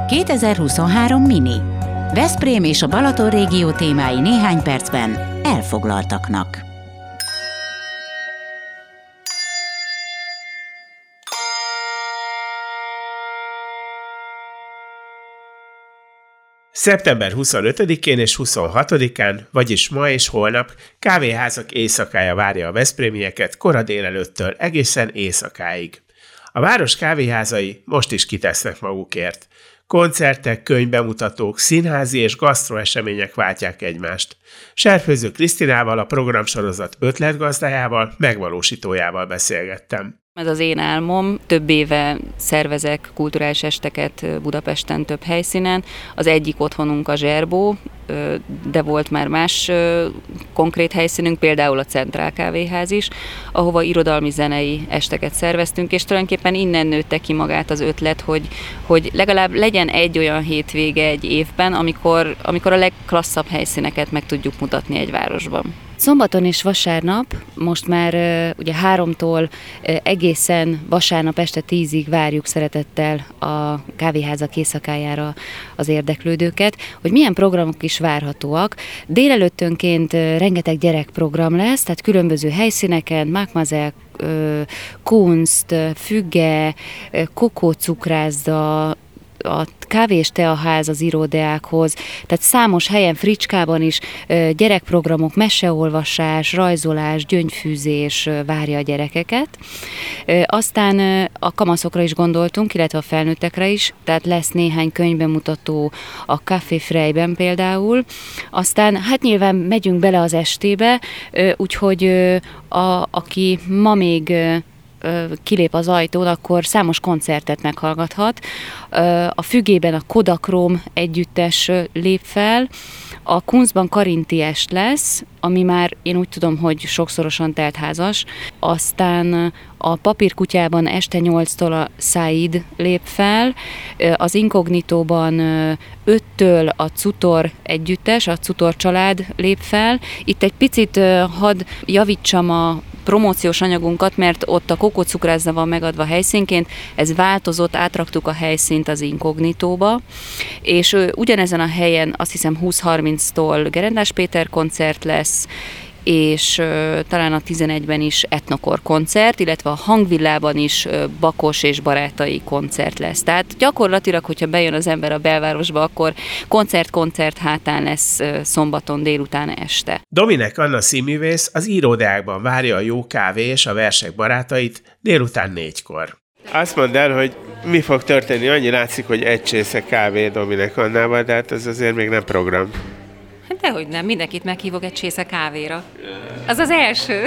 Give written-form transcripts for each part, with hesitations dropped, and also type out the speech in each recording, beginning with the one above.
2023 Mini. Veszprém és a Balaton régió témái néhány percben elfoglaltaknak. Szeptember 25-én és 26-án, vagyis ma és holnap kávéházak éjszakája várja a veszprémieket kora délelőttől egészen éjszakáig. A város kávéházai most is kitesznek magukért. Koncertek, könyvbemutatók, színházi és gasztroesemények váltják egymást. Serfőző Krisztinával, a programsorozat ötletgazdájával, megvalósítójával beszélgettem. Ez az én álmom, több éve szervezek kulturális esteket Budapesten több helyszínen. Az egyik otthonunk a Zserbó, de volt már más konkrét helyszínünk, például a Centrál Kávéház is, ahova irodalmi zenei esteket szerveztünk, és tulajdonképpen innen nőtte ki magát az ötlet, hogy legalább legyen egy olyan hétvége egy évben, amikor a legklasszabb helyszíneket meg tudjuk mutatni egy városban. Szombaton és vasárnap, most már ugye 3-tól egészen vasárnap este 10-ig várjuk szeretettel a kávéházak éjszakájára az érdeklődőket, hogy milyen programok is várhatóak. Délelőttönként rengeteg gyerekprogram lesz, tehát különböző helyszíneken, Mademoiselle, Kunst, Függe, Kokócukrászda, a kávé és teaház az íródeákhoz, tehát számos helyen, Fricskában is gyerekprogramok, meseolvasás, rajzolás, gyöngyfűzés várja a gyerekeket. Aztán a kamaszokra is gondoltunk, illetve a felnőttekre is, tehát lesz néhány könyvbemutató a Café Freyben például. Aztán hát nyilván megyünk bele az estébe, úgyhogy aki ma még kilép az ajtón, akkor számos koncertet meghallgathat. A Függében a Kodakrom együttes lép fel, a Kunstban Karinti est lesz, ami már én úgy tudom, hogy sokszorosan teltházas. Aztán a Papírkutyában este 8-tól a Said lép fel, az Inkognitóban 5-től a Cutor együttes, a Cutor család lép fel. Itt egy picit hadd javítsam a promóciós anyagunkat, mert ott a Kokócukrászda van megadva helyszínként, ez változott, átraktuk a helyszínt az Inkognitóba, és ugyanezen a helyen azt hiszem 20-30-tól Gerendás Péter koncert lesz, és talán a 11-ben is Etnokor koncert, illetve a Hangvillában is Bakos és barátai koncert lesz. Tehát gyakorlatilag, hogyha bejön az ember a belvárosba, akkor koncert hátán lesz szombaton délután este. Dominek Anna színművész az íródeákban várja a jó kávé és a versek barátait délután 4-kor. Azt mondd el, hogy mi fog történni? Annyi látszik, hogy egy csésze kávé Dominek Annával, de hát ez azért még nem program. Dehogy nem, mindenkit meghívok egy csésze kávéra. Az az első.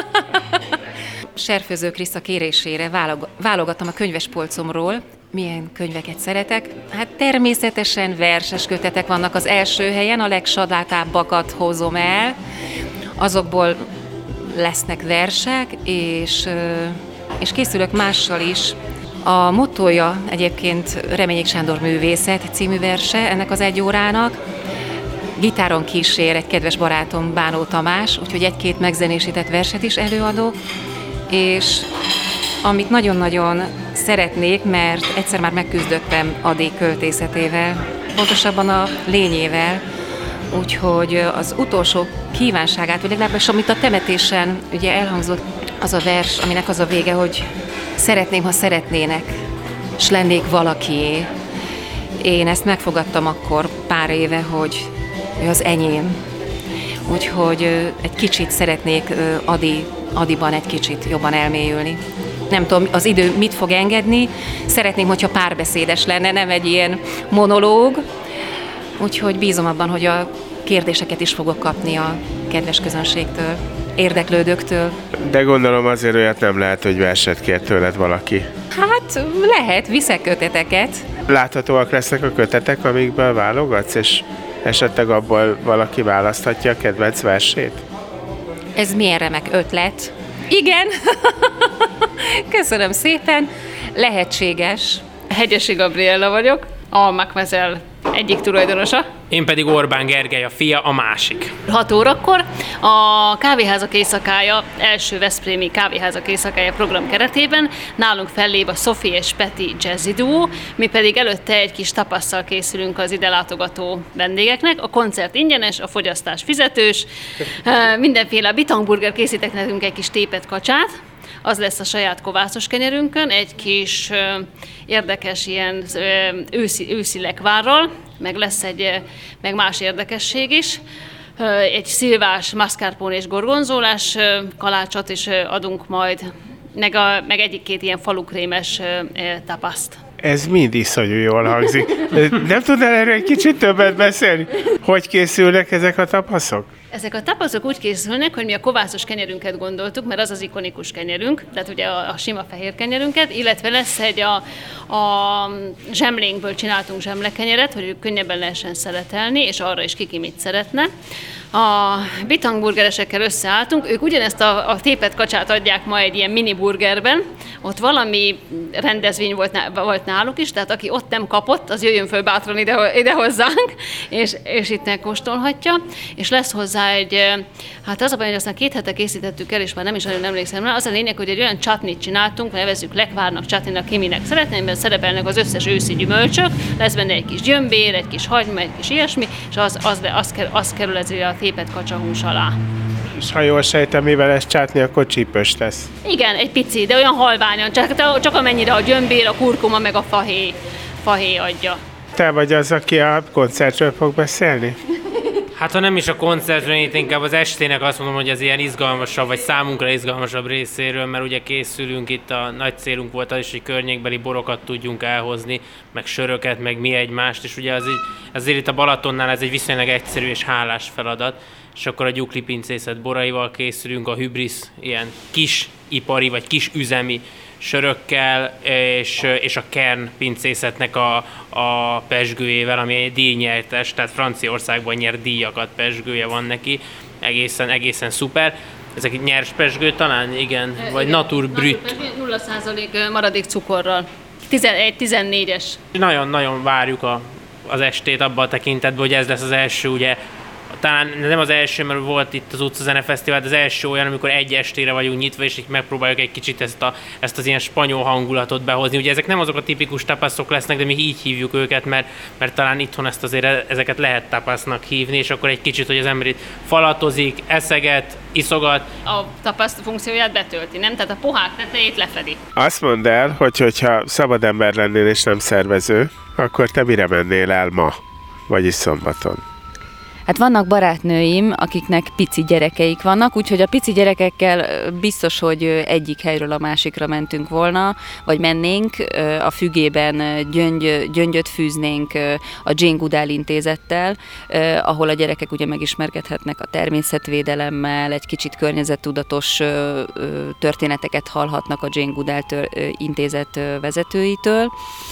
Serfőző Kriszta kérésére válogattam a könyvespolcomról, milyen könyveket szeretek. Hát természetesen verses kötetek vannak az első helyen, a legsadákábbakat hozom el. Azokból lesznek versek, és készülök mással is. A mottója egyébként Reményik Sándor Művészet című verse ennek az 1 órának. Gitáron kísér egy kedves barátom, Bánó Tamás, úgyhogy 1-2 megzenésített verset is előadok, és amit nagyon-nagyon szeretnék, mert egyszer már megküzdöttem Adi költészetével, pontosabban a lényével, úgyhogy az utolsó kívánságát, vagy legalábbis amit a temetésen ugye elhangzott, az a vers, aminek az a vége, hogy szeretném, ha szeretnének, s lennék valakié. Én ezt megfogadtam akkor pár éve, hogy az enyém. Úgyhogy egy kicsit szeretnék Adiban egy kicsit jobban elmélyülni. Nem tudom, az idő mit fog engedni. Szeretném, hogyha párbeszédes lenne, nem egy ilyen monológ. Úgyhogy bízom abban, hogy a kérdéseket is fogok kapni a kedves közönségtől, érdeklődőktől. De gondolom azért olyat nem lehet, hogy verset kér tőled valaki. Hát lehet, viszek köteteket. Láthatóak lesznek a kötetek, amikből válogatsz, és esetleg abból valaki választhatja a kedvenc versét? Ez milyen remek ötlet. Igen! Köszönöm szépen. Lehetséges. Hegyesi Gabriella vagyok. A Mademoiselle egyik tulajdonosa. Én pedig Orbán Gergely, a fia, a másik. 6 órakor a Kávéházak éjszakája, első veszprémi Kávéházak éjszakája program keretében nálunk fellép a Sophie és Peti jazzy duó, mi pedig előtte egy kis tapasszal készülünk az ide látogató vendégeknek. A koncert ingyenes, a fogyasztás fizetős, mindenféle bitangburger készítek nekünk egy kis tépet kacsát, az lesz a saját kovászos kenyerünkön, egy kis érdekes ilyen őszi lekvárral, meg lesz meg más érdekesség is. Egy szilvás, mascarpone és gorgonzolás kalácsot is adunk majd, meg egyik-két ilyen falukrémes tapaszt. Ez mind iszonyú jól hangzik. Nem tudnál erről egy kicsit többet beszélni? Hogy készülnek ezek a tapaszok? Ezek a tapaszok úgy készülnek, hogy mi a kovászos kenyerünket gondoltuk, mert az az ikonikus kenyerünk, tehát ugye a sima fehér kenyerünket, illetve lesz a zsemlénkből csináltunk zsemlekenyeret, hogy ők könnyebben lehessen szeletelni, és arra is ki mit szeretne. A bitangburgeresekkel összeálltunk, ők ugyanezt a tépet kacsát adják ma egy ilyen mini burgerben, ott valami rendezvény volt náluk is, tehát aki ott nem kapott, az jöjjön föl bátran ide hozzánk, és itt megkóstolhatja, és lesz hozzá hát az a baj, hogy aztán 2 hete készítettük el, és már nem is nagyon emlékszem rá, az a lényeg, hogy egy olyan csatnit csináltunk, nevezzük lekvárnak, csatninak, ki minek szeretné, amiben szerepelnek az összes őszi gyümölcsök, lesz benne egy kis gyömbér, egy kis hagyma, egy kis ilyesmi, és az kerül ezért a tépet kacsahús alá. És ha jól sejtem, mivel ez csátni, akkor csípős lesz. Igen, egy pici, de olyan halványan, csak amennyire a gyömbér, a kurkuma, meg a fahéj adja. Te vagy az, aki a koncertről fog beszélni? Hát ha nem is a koncertről, itt inkább az estének azt mondom, hogy az ilyen izgalmasabb, vagy számunkra izgalmasabb részéről, mert ugye készülünk, itt a nagy célunk volt az is, hogy környékbeli borokat tudjunk elhozni, meg söröket, meg mi egymást, és ugye azért itt a Balatonnál ez egy viszonylag egyszerű és hálás feladat, és akkor a Gyukli pincészet boraival készülünk, a Hybris ilyen kis ipari, vagy kis üzemi sörökkel, és a Kern pincészetnek a pezsgőjével, ami egy díjnyertes, tehát Franciaországban nyert díjakat, pezsgője van neki, egészen szuper. Ezek nyers pezsgő talán, igen, vagy Natur Brut. 0% maradék cukorral. 14-es. Nagyon-nagyon várjuk az estét abban a tekintetben, hogy ez lesz az első, ugye, talán nem az első, mert volt itt az Utcazene Fesztivál, de az első olyan, amikor egy estére vagyunk nyitva, és így megpróbáljuk egy kicsit ezt az ilyen spanyol hangulatot behozni. Ugye ezek nem azok a tipikus tapaszok lesznek, de mi így hívjuk őket, mert talán itthon ezeket lehet tapasznak hívni, és akkor egy kicsit, hogy az ember itt falatozik, eszeget, iszogat. A tapaszt funkcióját betölti, nem? Tehát a pohák tetejét lefedi. Azt mondd el, hogyha szabad ember lennél és nem szervező, akkor te mire mennél el ma, vagyis szombaton? Hát vannak barátnőim, akiknek pici gyerekeik vannak, úgyhogy a pici gyerekekkel biztos, hogy egyik helyről a másikra mentünk volna, vagy mennénk. A Fügében gyöngyöt fűznénk a Jane Goodall intézettel, ahol a gyerekek ugye megismerkedhetnek a természetvédelemmel, egy kicsit környezettudatos történeteket hallhatnak a Jane Goodall intézet vezetőitől.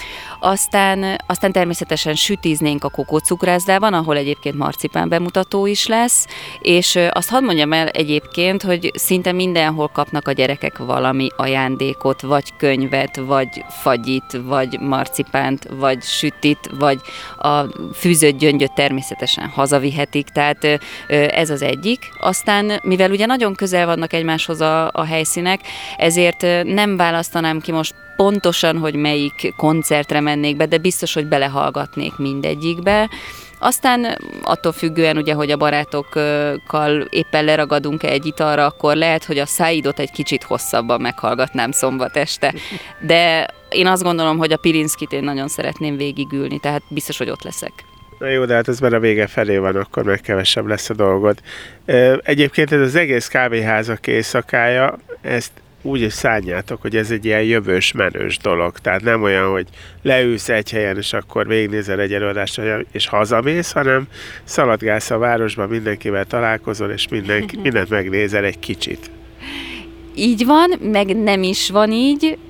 Aztán természetesen sütíznénk a Kokócukrászdában, ahol egyébként marcipán bemutató is lesz, és azt hadd mondjam el egyébként, hogy szinte mindenhol kapnak a gyerekek valami ajándékot, vagy könyvet, vagy fagyit, vagy marcipánt, vagy sütit, vagy a fűzött gyöngyöt természetesen hazavihetik, tehát ez az egyik. Aztán, mivel ugye nagyon közel vannak egymáshoz a helyszínek, ezért nem választanám ki most pontosan, hogy melyik koncertre mennék be, de biztos, hogy belehallgatnék mindegyikbe. Aztán attól függően, ugye, hogy a barátokkal éppen leragadunk egy italra, akkor lehet, hogy a Saidot egy kicsit hosszabban meghallgatnám szombat este. De én azt gondolom, hogy a Pirinszkit én nagyon szeretném végigülni, tehát biztos, hogy ott leszek. Na jó, de hát ez már a vége felé van, akkor meg kevesebb lesz a dolgod. Egyébként ez az egész kávéházak éjszakája, ezt úgy is szánjátok, hogy ez egy ilyen jövős, menős dolog. Tehát nem olyan, hogy leülsz egy helyen, és akkor végignézel egy előadást, és hazamész, hanem szaladgálsz a városban, mindenkivel találkozol, és mindent megnézel egy kicsit. Így van, meg nem is van így.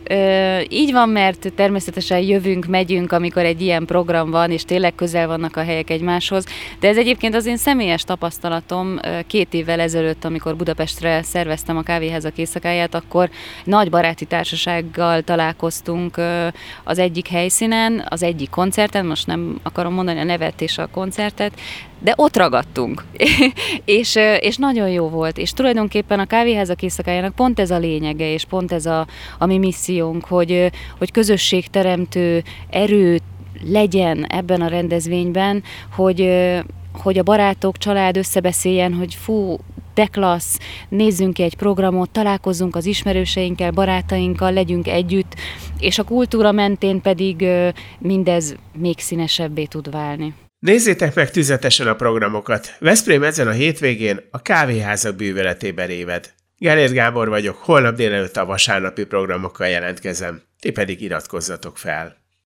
Így van, mert természetesen jövünk, megyünk, amikor egy ilyen program van, és tényleg közel vannak a helyek egymáshoz, de ez egyébként az én személyes tapasztalatom. 2 évvel ezelőtt, amikor Budapestre szerveztem a Kávéházak éjszakáját, akkor nagy baráti társasággal találkoztunk az egyik helyszínen, az egyik koncerten, most nem akarom mondani a nevet és a koncertet, de ott ragadtunk, és nagyon jó volt, és tulajdonképpen a Kávéházak éjszakájának pont ez a lényege, és pont ez a mi missziónk, hogy közösségteremtő erő legyen ebben a rendezvényben, hogy a barátok, család összebeszéljen, hogy fú, de klassz, nézzünk ki egy programot, találkozzunk az ismerőseinkkel, barátainkkal, legyünk együtt, és a kultúra mentén pedig mindez még színesebbé tud válni. Nézzétek meg tüzetesen a programokat. Veszprém ezen a hétvégén a Kávéházak bűveletében éved. Gellért Gábor vagyok, holnap délelőtt a vasárnapi programokkal jelentkezem. Ti pedig iratkozzatok fel.